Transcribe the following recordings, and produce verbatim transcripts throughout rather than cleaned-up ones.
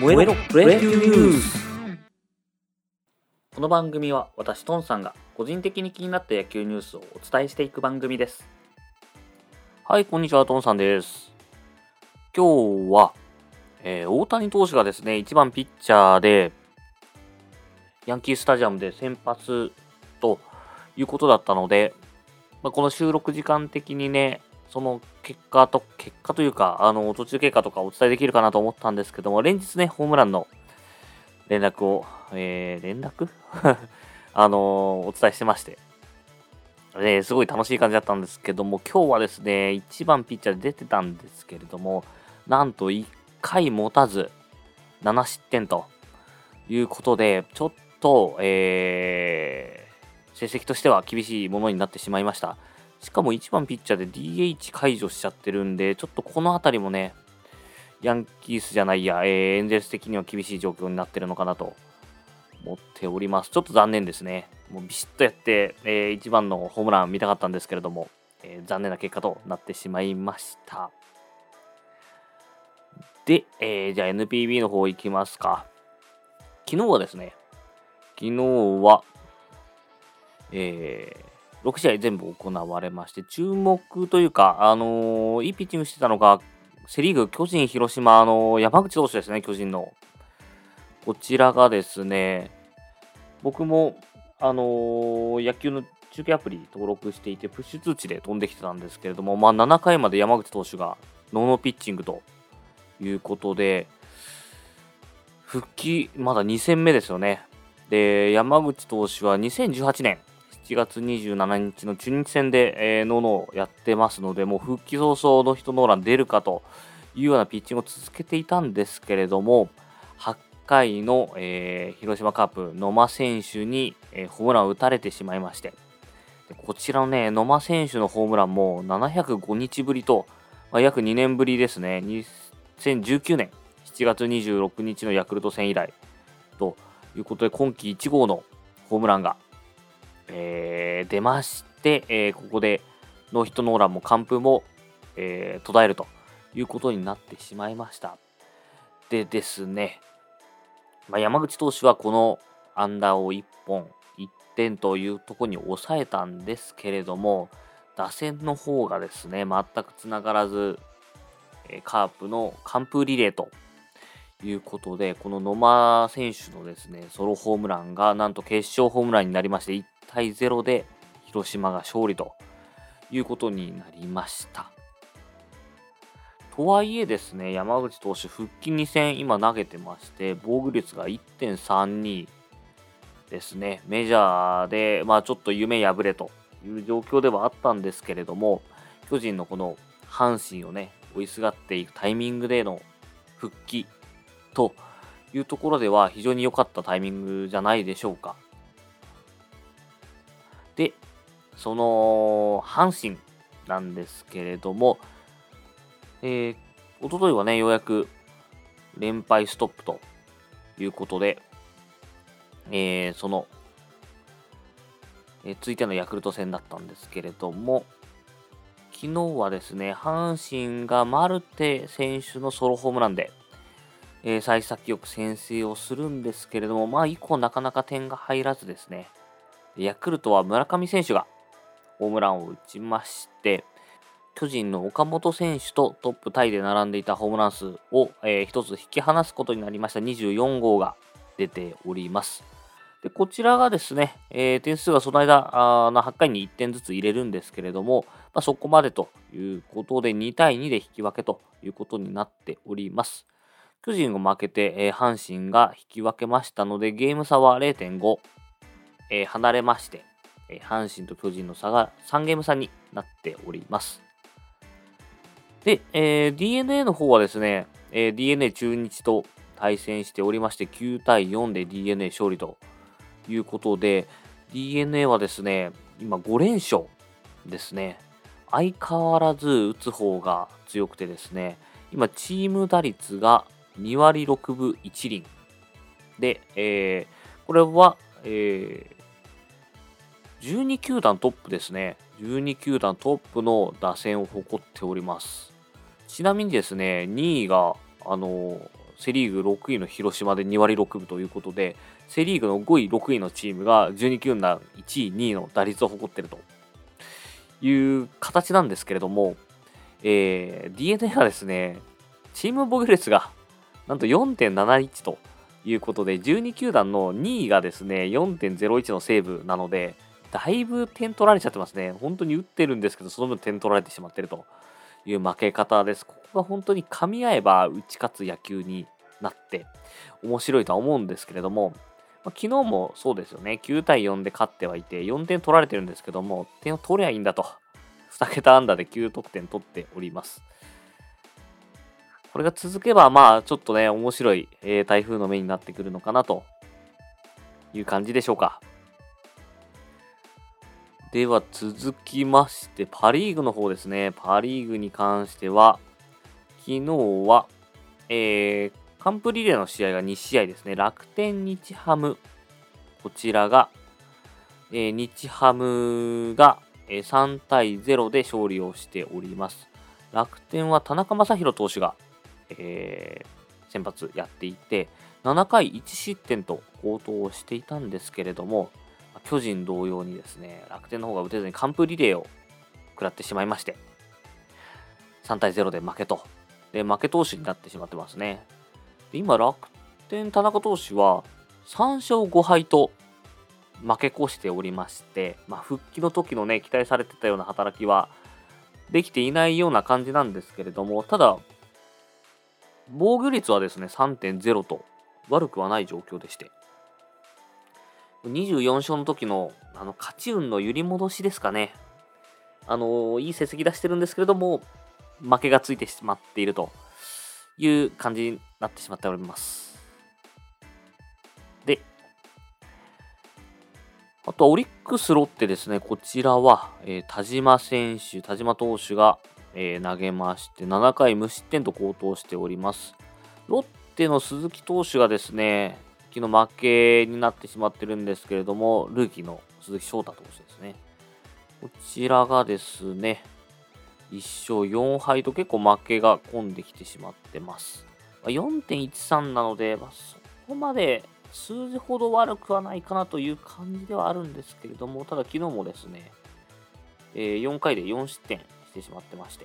燃えろプロ野球ニュース。この番組は私トンさんが個人的に気になった野球ニュースをお伝えしていく番組です。はい、こんにちは、トンさんです。今日は、えー、大谷投手がですねいちばんピッチャーでヤンキースタジアムで先発ということだったので、まあ、この収録時間的にねその結果と結果というかあの途中経過とかお伝えできるかなと思ったんですけども、連日ねホームランの連絡を、えー、連絡あのー、お伝えしてまして、えー、すごい楽しい感じだったんですけども、今日はですねいちばんピッチャーで出てたんですけれども、なんといっかい持たずななしってんということで、ちょっと、えー、成績としては厳しいものになってしまいました。しかもいちばんピッチャーで ディーエイチ 解除しちゃってるんで、ちょっとこのあたりもねヤンキースじゃないや、えー、エンゼルス的には厳しい状況になってるのかなと思っております。ちょっと残念ですね。もうビシッとやって、えー、いちばんのホームラン見たかったんですけれども、えー、残念な結果となってしまいました。で、えー、じゃあ エヌピービー の方行きますか。昨日はですね、昨日は、えー、ろくしあい全部行われまして、注目というか、あのー、いいピッチングしてたのが、セリーグ、巨人、広島の山口投手ですね、巨人の。こちらがですね、僕も、あのー、野球の中継アプリ登録していて、プッシュ通知で飛んできてたんですけれども、まあ、ななかいまで山口投手がノーノーピッチングということで、復帰、まだに戦目ですよね。で、山口投手はにせんじゅうはちねんしちがつにじゅうしちにちの中日戦で、えー、ノーノーやってますので、もう復帰早々ノーヒットノーラン出るかというようなピッチングを続けていたんですけれども、はちかいの、えー、広島カープ野間選手に、えー、ホームランを打たれてしまいまして、でこちらのね野間選手のホームランもななひゃくごにちぶりと、まあ、約にねんぶりですね。にせんじゅうきゅうねんしちがつにじゅうろくにちのヤクルト戦以来ということで、今季いち号のホームランが、えー、出まして、えー、ここでノーヒットノーランも完封も、えー、途絶えるということになってしまいました。でですね、まあ、山口投手はこのアンダーをいっぽんいってんというところに抑えたんですけれども、打線の方がですね全くつながらず、カープの完封リレーということで、この野間選手のですねソロホームランがなんと決勝ホームランになりまして、いちたいゼロで広島が勝利ということになりました。とはいえですね、山口投手復帰に戦今投げてまして、防御率が いってんさんに ですね。メジャーでまあちょっと夢破れという状況ではあったんですけれども、巨人のこの阪神をね追いすがっていくタイミングでの復帰というところでは非常に良かったタイミングじゃないでしょうか。で、その阪神なんですけれども、えー、一昨日はねようやく連敗ストップということで、えー、その、えー、続いてのヤクルト戦だったんですけれども、昨日はですね阪神がマルテ選手のソロホームランで、えー、幸先よく先制をするんですけれども、まあ以降なかなか点が入らずですね、ヤクルトは村上選手がホームランを打ちまして、巨人の岡本選手とトップタイで並んでいたホームラン数を、えー、一つ引き離すことになりました。にじゅうよんごうが出ております。でこちらがですね、えー、点数はその間あのはちかいにいってんずつ入れるんですけれども、まあ、そこまでということでにたいにで引き分けということになっております。巨人が負けて、えー、阪神が引き分けましたので、ゲーム差は れいてんご、えー、離れまして、えー、阪神と巨人の差がさんゲーム差になっております。で、えー、ディーエヌエー の方はですね、えー、ディーエヌエー 中日と対戦しておりまして、きゅうたいよんで ディーエヌエー 勝利ということで、ディーエヌエー はですね、今ごれんしょうですね。相変わらず打つ方が強くてですね、今チーム打率がにわりろくぶいちりんで、えー、これは、えー、じゅうにきゅうだんトップですね。じゅうにきゅうだんトップの打線を誇っております。ちなみにですね、にいが、あのー、 セリーグろくいの広島でにわりろくぶということで、セリーグのごい、ろくいのチームがじゅうに球団いちい、にいの打率を誇っているという形なんですけれども、えー、ディーエヌエー がですね、チーム防御率がなんと よんてんなないち ということで、じゅうに球団のにいがですね、よんてんゼロいち のセーブなので、だいぶ点取られちゃってますね。本当に打ってるんですけど、その分点取られてしまっているという負け方です。ここが本当に噛み合えば打ち勝つ野球になって面白いとは思うんですけれども、まあ、昨日もそうですよね。きゅうたいよんで勝ってはいて、よんてん取られてるんですけども、点を取りゃいいんだと。に桁安打できゅう得点取っております。これが続けば、まあ、ちょっとね、面白い、えー、台風の目になってくるのかなという感じでしょうか。では続きまして、パ・リーグの方ですね。パ・リーグに関しては、昨日は、えー、完封リレーの試合がに試合ですね。楽天、日ハム、こちらが、えー、日ハムがさんたいゼロで勝利をしております。楽天は田中将大投手が、えー、先発やっていて、ななかいいち失点と好投をしていたんですけれども、巨人同様にですね、楽天の方が打てずに完封リレーを食らってしまいまして、さんたいゼロで負けと。で、負け投手になってしまってますね。で今、楽天田中投手はさんしょうごはいと負け越しておりまして、まあ、復帰の時のね、期待されてたような働きはできていないような感じなんですけれども、ただ、防御率はですね、さんてんゼロと悪くはない状況でして、にじゅうよん勝の時のあの勝ち運の揺り戻しですかね。あのー、いい成績出してるんですけれども、負けがついてしまっているという感じになってしまっております。で、あとはオリックス、ロッテですね。こちらは、えー、田島選手、田島投手が、えー、投げまして、ななかい無失点と好投しております。ロッテの鈴木投手がですね、昨日負けになってしまってるんですけれども、ルーキーの鈴木翔太投手ですね。こちらがですね、いっしょうよんはいと結構負けが込んできてしまってます。よんてんいちさん なので、まあ、そこまで数字ほど悪くはないかなという感じではあるんですけれども、ただ昨日もですね、えー、よんかいでよん失点してしまってまして、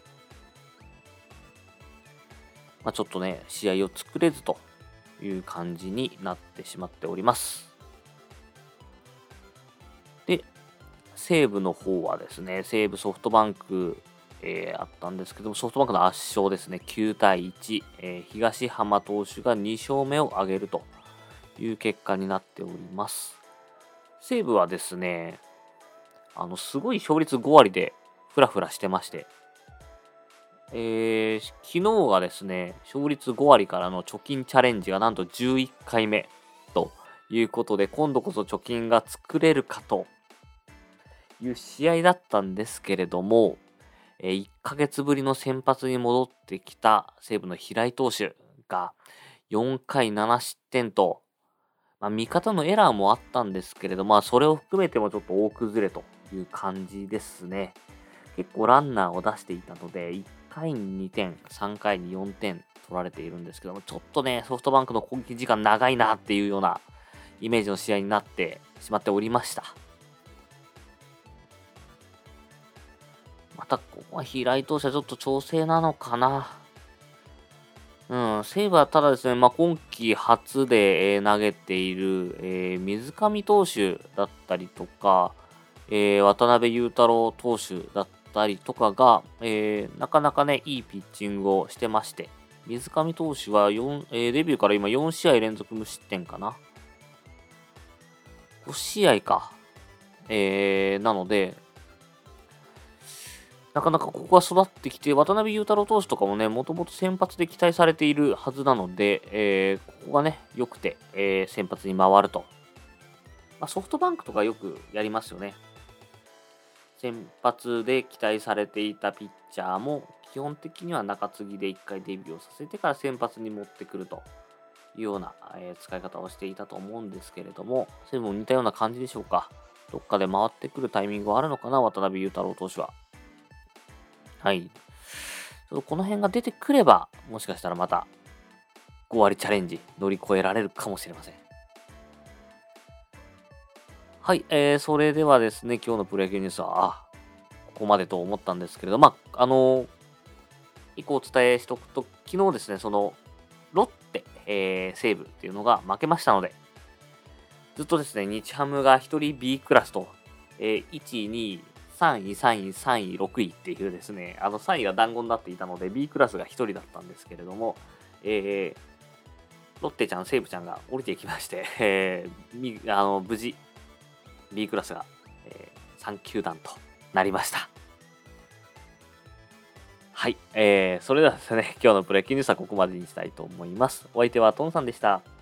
まあ、ちょっとね、試合を作れずという感じになってしまっております。で、西武の方はですね、西武ソフトバンク、えーあったんですけども、ソフトバンクの圧勝ですね、きゅうたいいち、えー東浜投手がに勝目を挙げるという結果になっております。西武はですね、あの、すごい勝率ご割でフラフラしてまして、えー、昨日がですね、勝率ご割からの貯金チャレンジがなんとじゅういっかいめということで、今度こそ貯金が作れるかという試合だったんですけれども、えー、いっかげつぶりの先発に戻ってきた西武の平井投手がよんかいなな失点と、まあ、味方のエラーもあったんですけれども、まあ、それを含めてもちょっと大崩れという感じですね。結構ランナーを出していたので、いっかいににてん、さんかいによんてん取られているんですけども、ちょっとね、ソフトバンクの攻撃時間長いなっていうようなイメージの試合になってしまっておりました。また、ここは平井投手はちょっと調整なのかな。うん、西武はただですね、まあ、今季初で、えー投げている、えー水上投手だったりとか、えー渡辺裕太郎投手だったりとかが、えーなかなかね、いいピッチングをしてまして、水上投手はよん、えーデビューから今よん試合連続無失点かな。ご試合か。えーなので、なかなかここが育ってきて、渡辺裕太郎投手とかもね、もともと先発で期待されているはずなので、えーここがね、良くて、えー先発に回ると。まあ、ソフトバンクとかよくやりますよね。先発で期待されていたピッチャーも、基本的には中継ぎでいっかいデビューをさせてから先発に持ってくるというような、えー使い方をしていたと思うんですけれども、それも似たような感じでしょうか。どっかで回ってくるタイミングはあるのかな、渡辺裕太郎投手は。はい。ちょっとこの辺が出てくれば、もしかしたらまたご割チャレンジ乗り越えられるかもしれません。はい、えー、それではですね、今日のプロ野球ニュースは、あ、ここまでと思ったんですけれど、まあ、あのー、一個お伝えしておくと、昨日ですね、その、ロッテ、えー、西武っていうのが負けましたので、ずっとですね、日ハムがひとり B クラスと、えー、いち、に、さんい、さんい、さんい、ろくいっていうですね、あのさんいが団子になっていたので、B クラスがひとりだったんですけれども、えー、ロッテちゃん、西武ちゃんが降りてきまして、えー、みあの無事、B クラスが、えー、さん球団となりました。はい、えー、それではですね、今日のプロ野球ニュースはここまでにしたいと思います。お相手はトンさんでした。